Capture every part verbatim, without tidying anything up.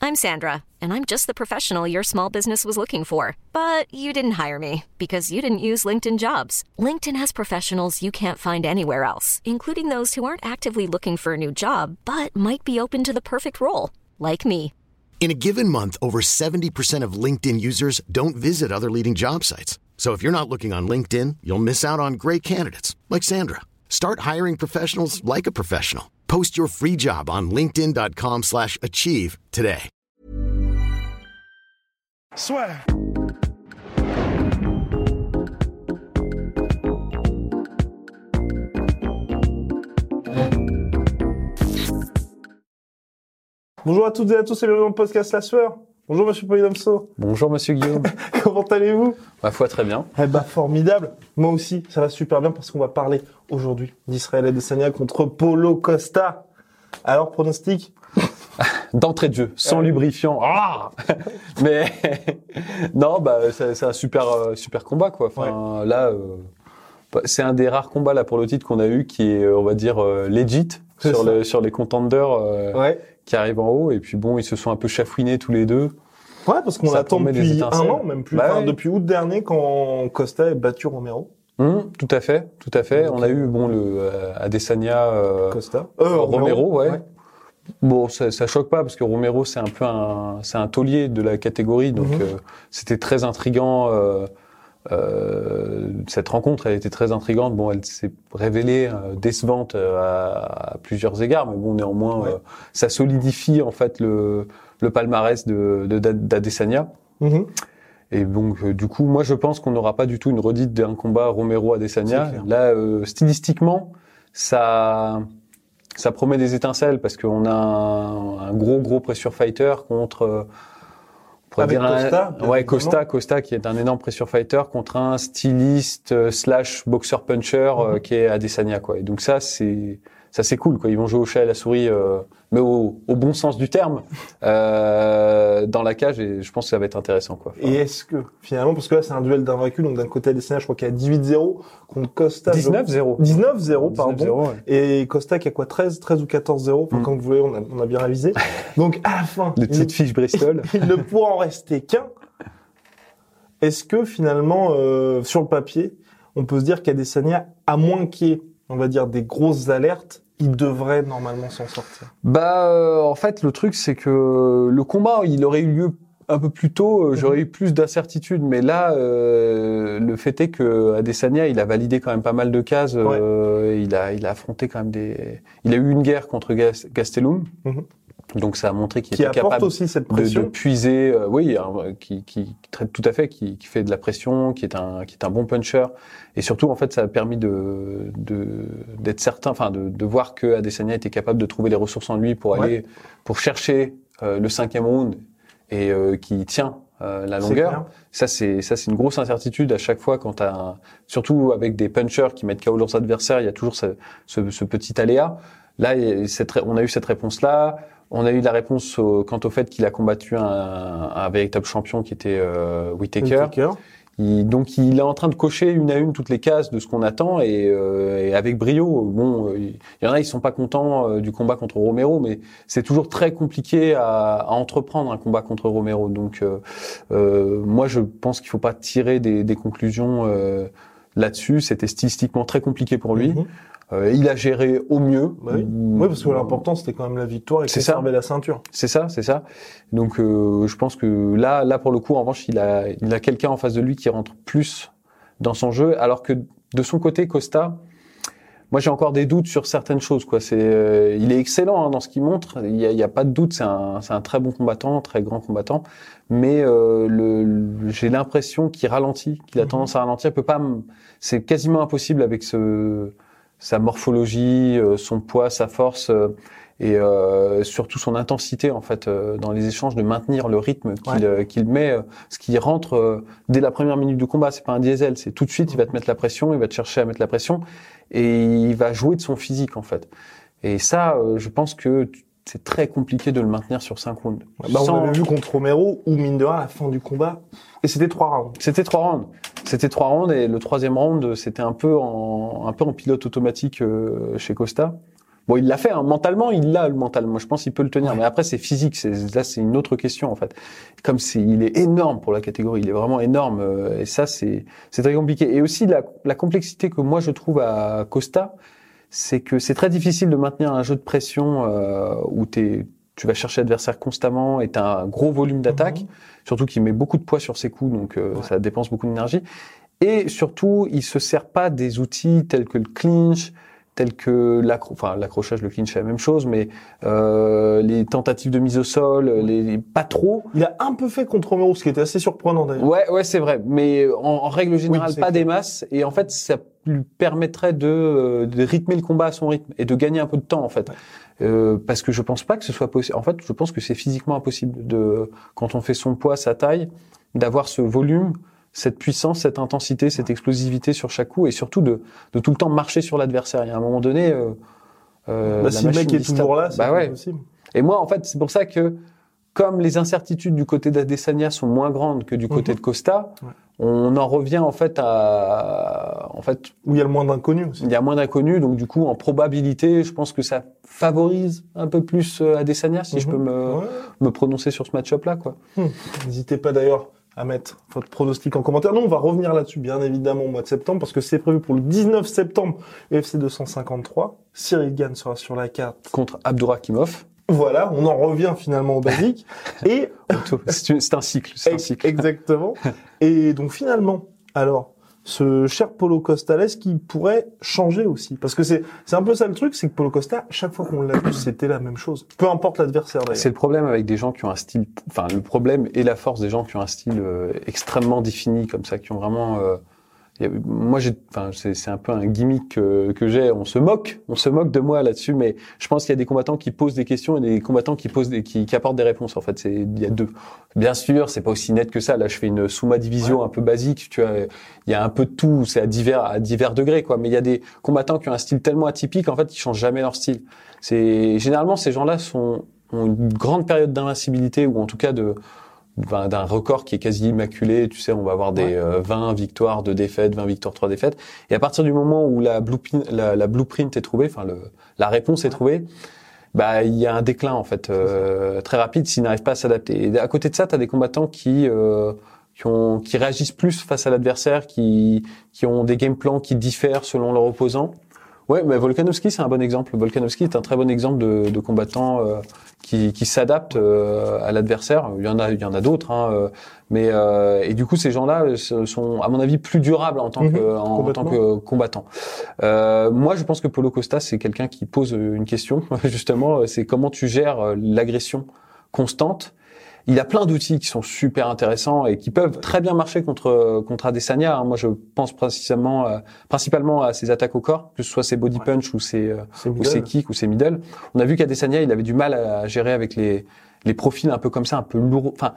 I'm Sandra, and I'm just the professional your small business was looking for. But you didn't hire me because you didn't use LinkedIn Jobs. LinkedIn has professionals you can't find anywhere else, including those who aren't actively looking for a new job, but might be open to the perfect role, like me. In a given month, over seventy percent of LinkedIn users don't visit other leading job sites. So if you're not looking on LinkedIn, you'll miss out on great candidates like Sandra. Start hiring professionals like a professional. Post your free job on linkedin.com slash achieve today. Soit. Bonjour à toutes et à tous et bienvenue dans le podcast La Sueur. Bonjour Monsieur Polydomso. Bonjour Monsieur Guillaume. Comment allez-vous? Ma foi, très bien. Eh ben formidable. Moi aussi, ça va super bien parce qu'on va parler aujourd'hui d'Israël Adesanya contre Paulo Costa. Alors, pronostic? D'entrée de jeu, sans euh... lubrifiant. Ah Mais non, bah c'est, c'est un super euh, super combat quoi. Enfin ouais. là, euh, c'est un des rares combats là pour le titre qu'on a eu qui est, on va dire, euh, legit c'est sur ça. le sur les contenders euh, ouais. qui arrivent en haut. Et puis bon, ils se sont un peu chafouinés tous les deux. Ouais, parce qu'on l'attend depuis un an, même plus. Bah, enfin, ouais. Depuis août dernier, quand Costa a battu Romero. Mmh, tout à fait, tout à fait. Donc, on a eu bon le euh, Adesanya euh, Costa, euh, Romero, Romero ouais. ouais. Bon, ça, ça choque pas parce que Romero c'est un peu un, c'est un taulier de la catégorie, donc mmh. euh, c'était très intriguant. Euh, euh, cette rencontre, elle était très intrigante. Bon, elle s'est révélée euh, décevante euh, à, à plusieurs égards, mais bon, néanmoins, ouais. euh, ça solidifie en fait le, le palmarès de, de d'Adesanya. Mmh. Et donc, euh, du coup, moi, je pense qu'on n'aura pas du tout une redite d'un combat Romero-Adesanya. Là, euh, stylistiquement, ça. Ça promet des étincelles parce qu'on a un, un gros gros pressure fighter contre euh, on pourrait Avec dire Costa, un, ouais Costa Costa qui est un énorme pressure fighter contre un styliste euh, slash boxer puncher euh, mm-hmm. qui est Adesanya quoi. Et donc ça c'est ça c'est cool quoi. Ils vont jouer au chat et à la souris euh, mais au, au bon sens du terme euh, dans la cage et je pense que ça va être intéressant quoi. Enfin, et est-ce que finalement parce que là c'est un duel d'invaincus donc d'un côté Adesanya je crois qu'il y a dix-huit zéro contre Costa dix-neuf zéro dix-neuf zéro pardon dix-neuf zéro, ouais. Et Costa qui a quoi treize ou quatorze zéro enfin mm. Comme vous voulez on a, on a bien révisé donc à la fin les petites fiches Bristol il ne pourra en rester qu'un. Est-ce que finalement euh, sur le papier on peut se dire qu'Adesanya à moins qu'il y ait on va dire des grosses alertes il devrait normalement s'en sortir. Bah, euh, en fait, le truc, c'est que le combat, il aurait eu lieu un peu plus tôt, euh, j'aurais eu plus d'incertitudes. Mais là, euh, le fait est que Adesanya, il a validé quand même pas mal de cases. Euh, ouais. Il a, il a affronté quand même des. Il a eu une guerre contre Gas- Gastelum. Mm-hmm. Donc ça a montré qu'il qui était capable aussi cette pression. De, de puiser, euh, oui, hein, qui, qui, qui traite tout à fait, qui, qui fait de la pression, qui est un, qui est un bon puncher, et surtout en fait ça a permis de, de d'être certain, enfin de, de voir que Adesanya était capable de trouver les ressources en lui pour aller, ouais. pour chercher euh, le cinquième round et euh, qui tient euh, la longueur. C'est ça c'est ça c'est une grosse incertitude à chaque fois quand t'as, un, surtout avec des punchers qui mettent K O leurs adversaires, il y a toujours ce, ce, ce petit aléa. Là, cette, on a eu cette réponse là. On a eu la réponse au, quant au fait qu'il a combattu un, un véritable champion qui était euh, Whittaker. Whittaker. Il, donc il est en train de cocher une à une toutes les cases de ce qu'on attend et, euh, et avec brio. Bon, il y en a ils sont pas contents euh, du combat contre Romero, mais c'est toujours très compliqué à, à entreprendre un combat contre Romero. Donc euh, euh, moi je pense qu'il faut pas tirer des, des conclusions euh, là-dessus. C'était stylistiquement très compliqué pour lui. Mm-hmm. Euh, il a géré au mieux. Oui, oui parce que l'important c'était quand même la victoire et conserver la ceinture. C'est ça, c'est ça. Donc euh, je pense que là, là pour le coup, en revanche, il a, il a quelqu'un en face de lui qui rentre plus dans son jeu, alors que de son côté, Costa, moi j'ai encore des doutes sur certaines choses. Quoi, c'est, euh, il est excellent hein, dans ce qu'il montre. Il y a, il y a pas de doute, c'est un, c'est un très bon combattant, très grand combattant. Mais euh, le, le, j'ai l'impression qu'il ralentit, qu'il a tendance à ralentir. Il peut pas, c'est quasiment impossible avec ce sa morphologie, euh, son poids, sa force euh, et euh, surtout son intensité en fait euh, dans les échanges, de maintenir le rythme qu'il, ouais. euh, qu'il met, euh, ce qui rentre euh, dès la première minute du combat. C'est pas un diesel, c'est tout de suite il va te mettre la pression, il va te chercher à mettre la pression et il va jouer de son physique en fait. Et ça, euh, je pense que tu, c'est très compliqué de le maintenir sur cinq rounds. Bah, Sans... On avait vu contre Romero où mine de rien à la fin du combat. Et c'était trois rounds. C'était trois rounds. C'était trois rounds et le troisième round, c'était un peu en, un peu en pilote automatique euh, chez Costa. Bon, il l'a fait, hein. Mentalement, il l'a le mental. Moi, je pense qu'il peut le tenir. Ouais. Mais après, c'est physique. C'est, là, c'est une autre question, en fait. Comme c'est, il est énorme pour la catégorie. Il est vraiment énorme. Euh, et ça, c'est, c'est très compliqué. Et aussi, la, la complexité que moi, je trouve à Costa, c'est que c'est très difficile de maintenir un jeu de pression euh, où t'es, tu vas chercher l'adversaire constamment et t'as un gros volume d'attaque. Mmh. Surtout qu'il met beaucoup de poids sur ses coups, donc euh, ouais. ça dépense beaucoup d'énergie. Et surtout, il se sert pas des outils tels que le clinch, tels que l'accro- enfin, l'accrochage, le clinch, c'est la même chose, mais euh, les tentatives de mise au sol, les, les pas trop. Il a un peu fait contre Romero, ce qui était assez surprenant d'ailleurs. Ouais, ouais, c'est vrai, mais en, en règle générale, oui, pas des masses. Et en fait, ça lui permettrait de, de rythmer le combat à son rythme et de gagner un peu de temps, en fait. Ouais. Euh, parce que je pense pas que ce soit possible. En fait, je pense que c'est physiquement impossible de, quand on fait son poids, sa taille, d'avoir ce volume, cette puissance, cette intensité, cette explosivité sur chaque coup et surtout de, de tout le temps marcher sur l'adversaire. Il y a un moment donné, euh, euh, bah, si le mec est toujours là, c'est bah, pas ouais. possible. Et moi, en fait, c'est pour ça que comme les incertitudes du côté d'Adesanya sont moins grandes que du côté mmh. de Costa, ouais. on en revient en fait à, en fait, où il y a le moins d'inconnus aussi. Il y a moins d'inconnus, donc du coup, en probabilité, je pense que ça favorise un peu plus Adesanya, si mmh. je peux me, ouais. me prononcer sur ce match-up-là, quoi. Mmh. N'hésitez pas d'ailleurs à mettre votre pronostic en commentaire. Nous, on va revenir là-dessus, bien évidemment, au mois de septembre, parce que c'est prévu pour le dix-neuf septembre, U F C deux cent cinquante-trois. Cyril Gane sera sur la carte. Contre Abdurakhimov. Voilà, on en revient finalement au basique. Et c'est un cycle, c'est un cycle. Exactement. Et donc finalement, alors, ce cher Paulo Costa, est-ce qu'il pourrait changer aussi? Parce que c'est c'est un peu ça le truc, c'est que Paulo Costa, chaque fois qu'on l'a vu, c'était la même chose. Peu importe l'adversaire d'ailleurs. C'est le problème avec des gens qui ont un style, enfin le problème et la force des gens qui ont un style euh, extrêmement défini comme ça, qui ont vraiment euh, y a, moi j'ai enfin c'est c'est un peu un gimmick que, que j'ai, on se moque, on se moque de moi là-dessus, mais je pense qu'il y a des combattants qui posent des questions et des combattants qui posent des qui, qui apportent des réponses en fait, c'est il y a deux. Bien sûr, c'est pas aussi net que ça. Là, je fais une Summa division ouais. un peu basique, tu vois, il y a un peu de tout, c'est à divers à divers degrés quoi, mais il y a des combattants qui ont un style tellement atypique en fait, ils changent jamais leur style. C'est généralement ces gens-là sont ont une grande période d'invincibilité ou en tout cas de d'un record qui est quasi immaculé, tu sais, on va avoir des ouais. euh, vingt victoires, deux défaites, vingt victoires, trois défaites. Et à partir du moment où la blueprint, la, la blueprint est trouvée, enfin le, la réponse ouais. est trouvée, bah il y a un déclin en fait euh, très rapide s'ils n'arrivent pas à s'adapter. Et à côté de ça, tu as des combattants qui euh, qui ont qui réagissent plus face à l'adversaire, qui qui ont des game plans qui diffèrent selon leur opposant. Ouais, mais Volkanovski c'est un bon exemple. Volkanovski est un très bon exemple de, de combattant euh, qui, qui s'adapte euh, à l'adversaire. Il y en a, il y en a d'autres, hein, euh, mais euh, et du coup ces gens-là sont, à mon avis, plus durables en tant mmh, que en, en tant que combattants. Euh, moi, je pense que Paulo Costa c'est quelqu'un qui pose une question justement. C'est comment tu gères l'agression constante. Il a plein d'outils qui sont super intéressants et qui peuvent très bien marcher contre contre Adesanya. Moi, je pense principalement euh, principalement à ses attaques au corps, que ce soit ses body ouais. punch ou ses euh, ou ses kicks ou ses middle. On a vu qu'Adesanya, il avait du mal à gérer avec les les profils un peu comme ça, un peu lourds, enfin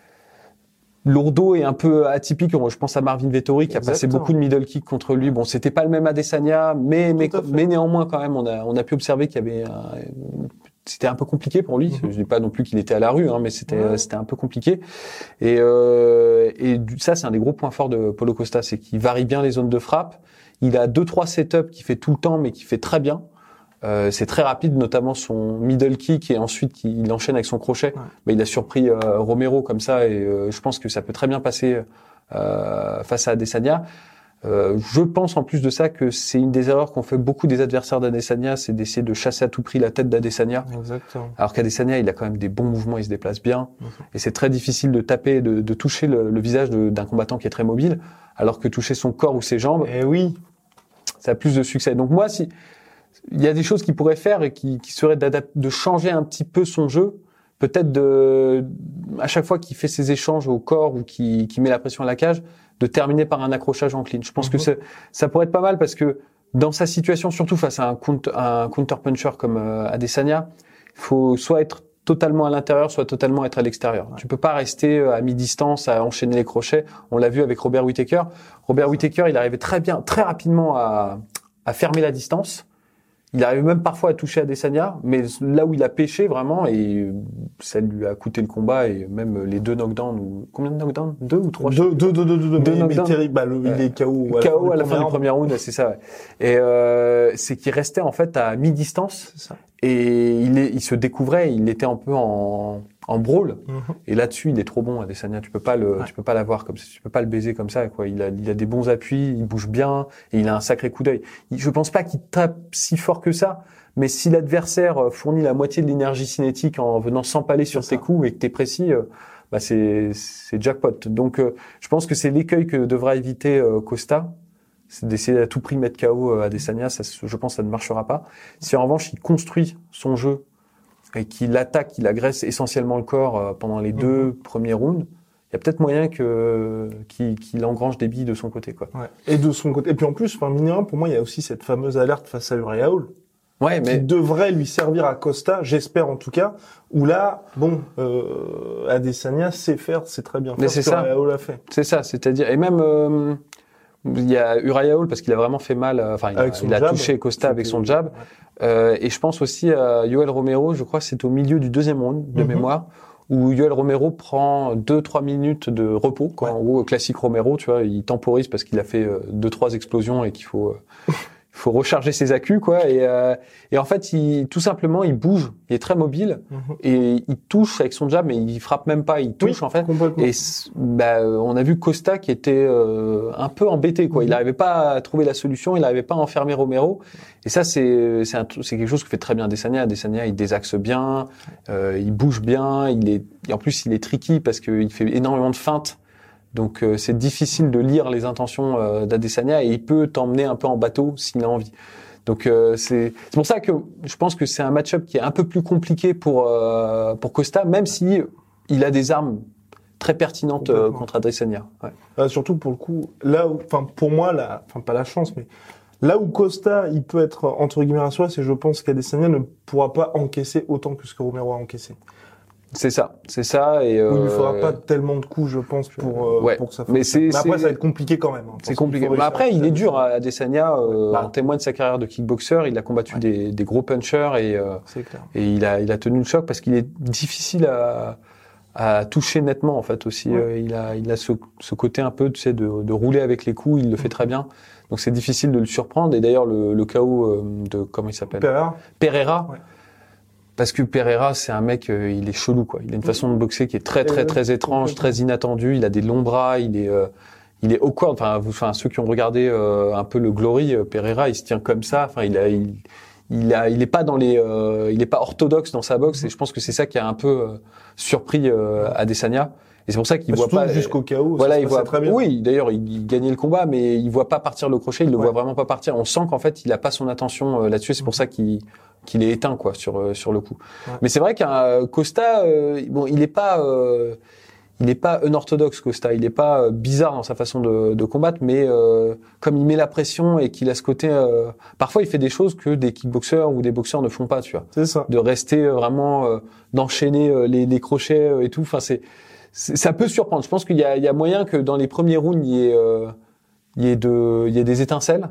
lourdeau et un peu atypique. Je pense à Marvin Vettori qui Exactement. a passé beaucoup de middle kick contre lui. Bon, c'était pas le même Adesanya, mais mais, mais néanmoins quand même, on a on a pu observer qu'il y avait un, c'était un peu compliqué pour lui. Mm-hmm. Je dis pas non plus qu'il était à la rue, hein, mais c'était ouais. c'était un peu compliqué. Et euh, et ça, c'est un des gros points forts de Paulo Costa, c'est qu'il varie bien les zones de frappe. Il a deux trois setups qu'il fait tout le temps, mais qu'il fait très bien. Euh, c'est très rapide, notamment son middle kick et ensuite il enchaîne avec son crochet. Ouais. Mais il a surpris euh, Romero comme ça et euh, je pense que ça peut très bien passer euh, face à Adesanya. Euh, je pense en plus de ça que c'est une des erreurs qu'ont fait beaucoup des adversaires d'Adesanya, c'est d'essayer de chasser à tout prix la tête d'Adesanya. Exactement. Alors qu'Adesanya, il a quand même des bons mouvements, il se déplace bien. Okay. Et c'est très difficile de taper, de, de toucher le, le visage de, d'un combattant qui est très mobile, alors que toucher son corps ou ses jambes, eh oui, ça a plus de succès. Donc moi, si il y a des choses qu'il pourrait faire et qui, qui seraient de changer un petit peu son jeu, peut-être de, à chaque fois qu'il fait ses échanges au corps ou qu'il, qu'il met la pression à la cage, de terminer par un accrochage en clinch. Je pense mm-hmm. que c'est, ça pourrait être pas mal parce que dans sa situation, surtout face à un counter, un counter puncher comme euh, Adesanya, il faut soit être totalement à l'intérieur, soit totalement être à l'extérieur. Ouais. Tu peux pas rester à mi-distance à enchaîner les crochets. On l'a vu avec Robert Whittaker. Robert Whittaker, il arrivait très bien, très rapidement à, à fermer la distance. il arrive même parfois à toucher Adesanya, mais là où il a pêché vraiment, et ça lui a coûté le combat, et même les deux knockdowns, ou combien de knockdowns? Deux ou trois? Deux, deux, deux, deux, deux, deux mais, mais knockdowns. terrible. Bah, le, Ouais. il est K O. K O à la fin du premier round, c'est ça. Ouais. Et euh, c'est qu'il restait en fait à mi-distance, C'est ça. et il, est, il se découvrait, il était un peu en, en brawl. Mm-hmm. Et là-dessus, il est trop bon, Adesanya. Tu peux pas le, Ouais. tu peux pas l'avoir comme ça. Tu peux pas le baiser comme ça, quoi. Il a, il a des bons appuis, il bouge bien, et il a un sacré coup d'œil. Il- Je pense pas qu'il tape si fort que ça, mais si l'adversaire fournit la moitié de l'énergie cinétique en venant s'empaler sur C'est tes ça. coups et que t'es précis, euh, bah c'est, c'est jackpot. Donc, euh, je pense que c'est l'écueil que devra éviter euh, Costa. C'est d'essayer à tout prix de mettre K O euh, Adesanya. Ça, je pense, que ça ne marchera pas. Si en revanche, il construit son jeu et qu'il attaque, qu'il agresse essentiellement le corps euh, pendant les Mhm. deux premiers rounds, il y a peut-être moyen que qu'il, qu'il engrange des billes de son côté, quoi. Ouais. Et de son côté. Et puis en plus, enfin, minimum, pour moi, il y a aussi cette fameuse alerte face à Uriah Hall. Ouais, Qui mais devrait lui servir à Costa, j'espère en tout cas, où là, bon, euh, Adesanya sait faire, c'est très bien Mais faire c'est ce que ça. Uriah Hall a fait. c'est ça, c'est-à-dire, et même euh, il y a Uriah Hall parce qu'il a vraiment fait mal. euh, Enfin, il a, Avec son il a jab. touché Costa avec son C'était- jab. ouais. Euh, et je pense aussi à Yoel Romero. Je crois que c'est au milieu du deuxième round de Mhm. mémoire où Yoel Romero prend deux trois minutes de repos. Quoi. Ouais. En gros, classique Romero, tu vois, il temporise parce qu'il a fait euh, deux trois explosions et qu'il faut euh, il faut recharger ses accus, quoi. Et, euh, et en fait, il, tout simplement, il bouge, il est très mobile Mhm. et il touche avec son jab, mais il frappe même pas, il touche Oui, en fait. complètement. Et c- bah, euh, on a vu Costa qui était euh, un peu embêté, quoi. Il Mhm. n'arrivait pas à trouver la solution, il n'arrivait pas à enfermer Romero. Et ça, c'est c'est un tru- c'est quelque chose que fait très bien Adesanya. Adesanya, il désaxe bien, euh, il bouge bien, il est et en plus il est tricky parce qu'il fait énormément de feintes. Donc euh, c'est difficile de lire les intentions euh, d'Adesanya et il peut t'emmener un peu en bateau s'il a envie. Donc euh, c'est c'est pour ça que je pense que c'est un match-up qui est un peu plus compliqué pour euh, pour Costa, même si il a des armes très pertinentes euh, Complètement. contre Adesanya. Ouais. Euh, surtout pour le coup, là où, enfin, pour moi, là, enfin, pas la chance, mais là où Costa, il peut être, entre guillemets, rassuré, c'est je pense qu'Adesanya ne pourra pas encaisser autant que ce que Romero a encaissé. C'est ça, c'est ça et euh, Où il lui faudra pas tellement de coups, je pense, pour, euh, ouais. pour que ça Mais fonctionne. c'est- après, c'est- ça va être compliqué quand même. hein, parce c'est qu'il compliqué. faut Mais réussir après, à il est faire dur, ça. hein, Adesanya. Euh, Bah. en témoin de sa carrière de kickboxer, il a combattu Ouais. des, des gros punchers et euh, C'est clair. et il a il a tenu le choc parce qu'il est difficile à à toucher nettement en fait aussi. Ouais. Euh, il a il a ce, ce côté un peu, tu sais, de, de rouler avec les coups. Il le fait très bien. Donc c'est difficile de le surprendre. Et d'ailleurs le, le K O euh, de comment il s'appelle Pereira, Pereira. Ouais. Parce que Pereira, c'est un mec, euh, il est chelou, quoi. Il a une façon de boxer qui est très, très, Euh, très étrange, complètement. très inattendue. Il a des longs bras, il est, euh, il est awkward. Enfin, vous, enfin, ceux qui ont regardé euh, un peu le Glory, euh, Pereira, il se tient comme ça. Enfin, il a, il, il a, il est pas dans les, euh, il est pas orthodoxe dans sa boxe. Et je pense que c'est ça qui a un peu euh, surpris euh, Adesanya. Et c'est pour ça qu'il voit surtout pas jusqu'au K O, voilà, ça se il passait voit très bien. Oui, d'ailleurs, il, il gagnait le combat, mais il voit pas partir le crochet. Il le Ouais. voit vraiment pas partir. On sent qu'en fait, il a pas son attention euh, là-dessus. C'est pour ça qu'il qu'il est éteint, quoi, sur euh, sur le coup. Ouais. Mais c'est vrai qu'un euh, Costa, euh, bon, il est pas euh, il est pas unorthodoxe, Costa. Il est pas euh, bizarre dans sa façon de, de combattre, mais euh, comme il met la pression et qu'il a ce côté, euh, parfois, il fait des choses que des kickboxers ou des boxeurs ne font pas, tu vois. C'est ça. De rester euh, vraiment, euh, d'enchaîner euh, les, les crochets euh, et tout. Enfin, c'est c'est- ça peut surprendre. Je pense qu'il y a, il y a moyen que dans les premiers rounds, il y ait, euh, il y ait, de, il y ait des étincelles.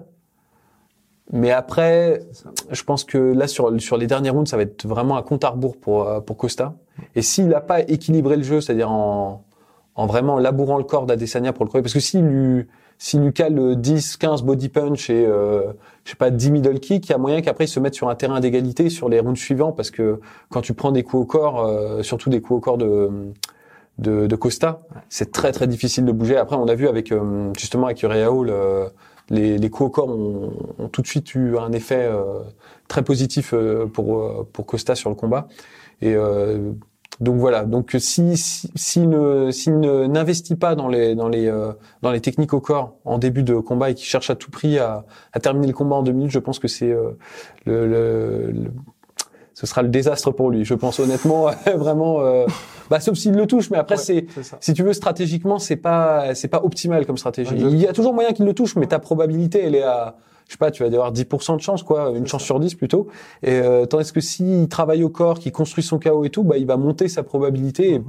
Mais après, C'est ça. je pense que là, sur, sur les derniers rounds, ça va être vraiment un compte à rebours pour, euh, pour Costa. Et s'il n'a pas équilibré le jeu, c'est-à-dire en, en vraiment labourant le corps d'Adesanya pour le crever, parce que s'il lui, s'il lui cale dix, quinze body punch et, euh, je sais pas, dix middle kick, il y a moyen qu'après il se mette sur un terrain d'égalité sur les rounds suivants, parce que quand tu prends des coups au corps, euh, surtout des coups au corps de, de, de Costa, c'est très très difficile de bouger. Après, on a vu avec, euh, justement, avec Uriah Hall, euh, les, les coups au corps ont, ont tout de suite eu un effet euh, très positif euh, pour euh, pour Costa sur le combat. Et euh, donc voilà. Donc si si, si ne s'il ne n'investit pas dans les dans les euh, dans les techniques au corps en début de combat et qu'il cherche à tout prix à, à terminer le combat en deux minutes, je pense que c'est euh, le, le, le ce sera le désastre pour lui. Je pense honnêtement, vraiment. Euh, bah sauf s'il le touche, mais après Ouais, c'est c'est ça. si tu veux, stratégiquement, c'est pas, c'est pas optimal comme stratégie. Exactement. Il y a toujours moyen qu'il le touche, mais ta probabilité, elle est à, je sais pas, tu vas avoir dix pour cent de chance, quoi, une C'est chance ça. sur dix plutôt. Et, euh, tandis que s'il travaille au corps, qu'il construit son K O et tout, bah, il va monter sa probabilité. Et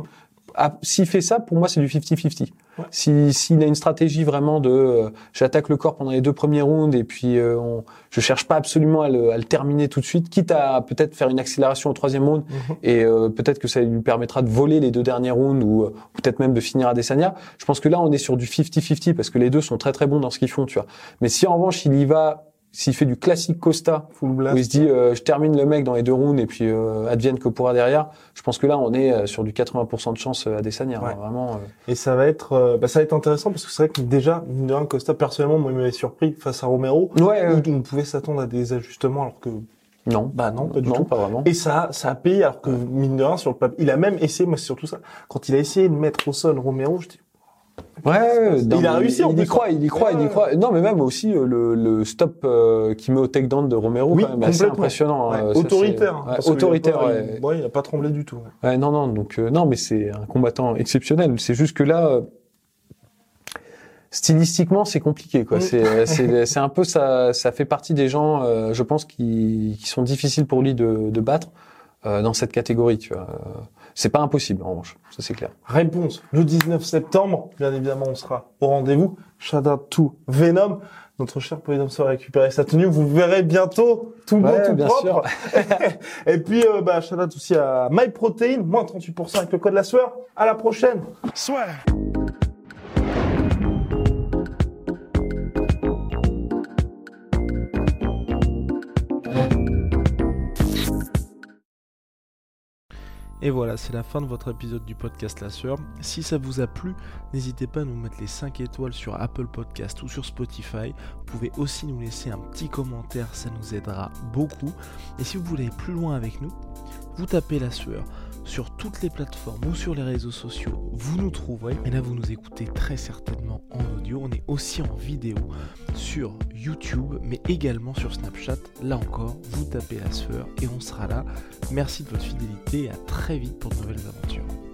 ah, s'il fait ça, pour moi, c'est du cinquante cinquante. Ouais. Si, s'il a une stratégie vraiment de, euh, j'attaque le corps pendant les deux premiers rounds et puis euh, on, je cherche pas absolument à le, à le terminer tout de suite, quitte à peut-être faire une accélération au troisième round Mhm. et euh, peut-être que ça lui permettra de voler les deux derniers rounds ou euh, peut-être même de finir Adesanya. Je pense que là, on est sur du cinquante cinquante parce que les deux sont très très bons dans ce qu'ils font, tu vois. Mais si en revanche, il y va, s'il fait du classique Costa, Full blast. où il se dit euh, je termine le mec dans les deux rounds et puis euh, advienne que pourra derrière, je pense que là on est euh, sur du quatre-vingts pour cent de chance à Adesanya, Ouais. hein, vraiment. euh. Et ça va être, euh, bah, ça va être intéressant parce que c'est vrai que déjà, mine de rien, Costa, personnellement, moi, il m'avait surpris face à Romero. Ouais, euh, Où on pouvait s'attendre à des ajustements alors que, non, bah non, pas du non, tout. pas vraiment. Et ça, ça a payé alors que, mine de rien, sur le papier, il a même essayé, moi c'est surtout ça, quand il a essayé de mettre au sol Romero, je dis, Ouais, ouais, non, il a mais réussi, en il y plus, croit, il y croit, il y Ouais. croit. Non, mais même aussi euh, le, le stop euh, qui met au takedown de Romero, Oui, quand même, assez complètement. impressionnant. Ouais, hein, ça, autoritaire. hein, c'est- ouais, parce qu'il a autoritaire. pas- ouais. il- ouais, il a pas tremblé du tout. ouais. Ouais, non, non, donc euh, non, mais c'est un combattant exceptionnel. C'est juste que là, euh, stylistiquement, c'est compliqué, quoi. Mm. C'est, c'est, c'est un peu ça. Ça fait partie des gens, euh, je pense, qui, qui sont difficiles pour lui de, de battre euh, dans cette catégorie. Tu vois, Euh, c'est pas impossible, en revanche. Ça, c'est clair. Réponse, le dix-neuf septembre, bien évidemment, on sera au rendez-vous. Shout out to Venom. Notre cher Polydome sera récupéré sa tenue. Vous verrez bientôt tout beau, Ouais, tout bien propre. Et puis, euh, bah, shout out aussi à MyProtein, moins trente-huit pour cent avec le code la sueur. À la prochaine. Et voilà, c'est la fin de votre épisode du podcast La Sueur. Si ça vous a plu, n'hésitez pas à nous mettre les cinq étoiles sur Apple Podcast ou sur Spotify. Vous pouvez aussi nous laisser un petit commentaire, ça nous aidera beaucoup. Et si vous voulez aller plus loin avec nous, vous tapez La Sueur sur toutes les plateformes ou sur les réseaux sociaux, vous nous trouverez. Et là, vous nous écoutez très certainement en audio. On est aussi en vidéo sur YouTube, mais également sur Snapchat. Là encore, vous tapez La Sueur et on sera là. Merci de votre fidélité et à très vite pour de nouvelles aventures.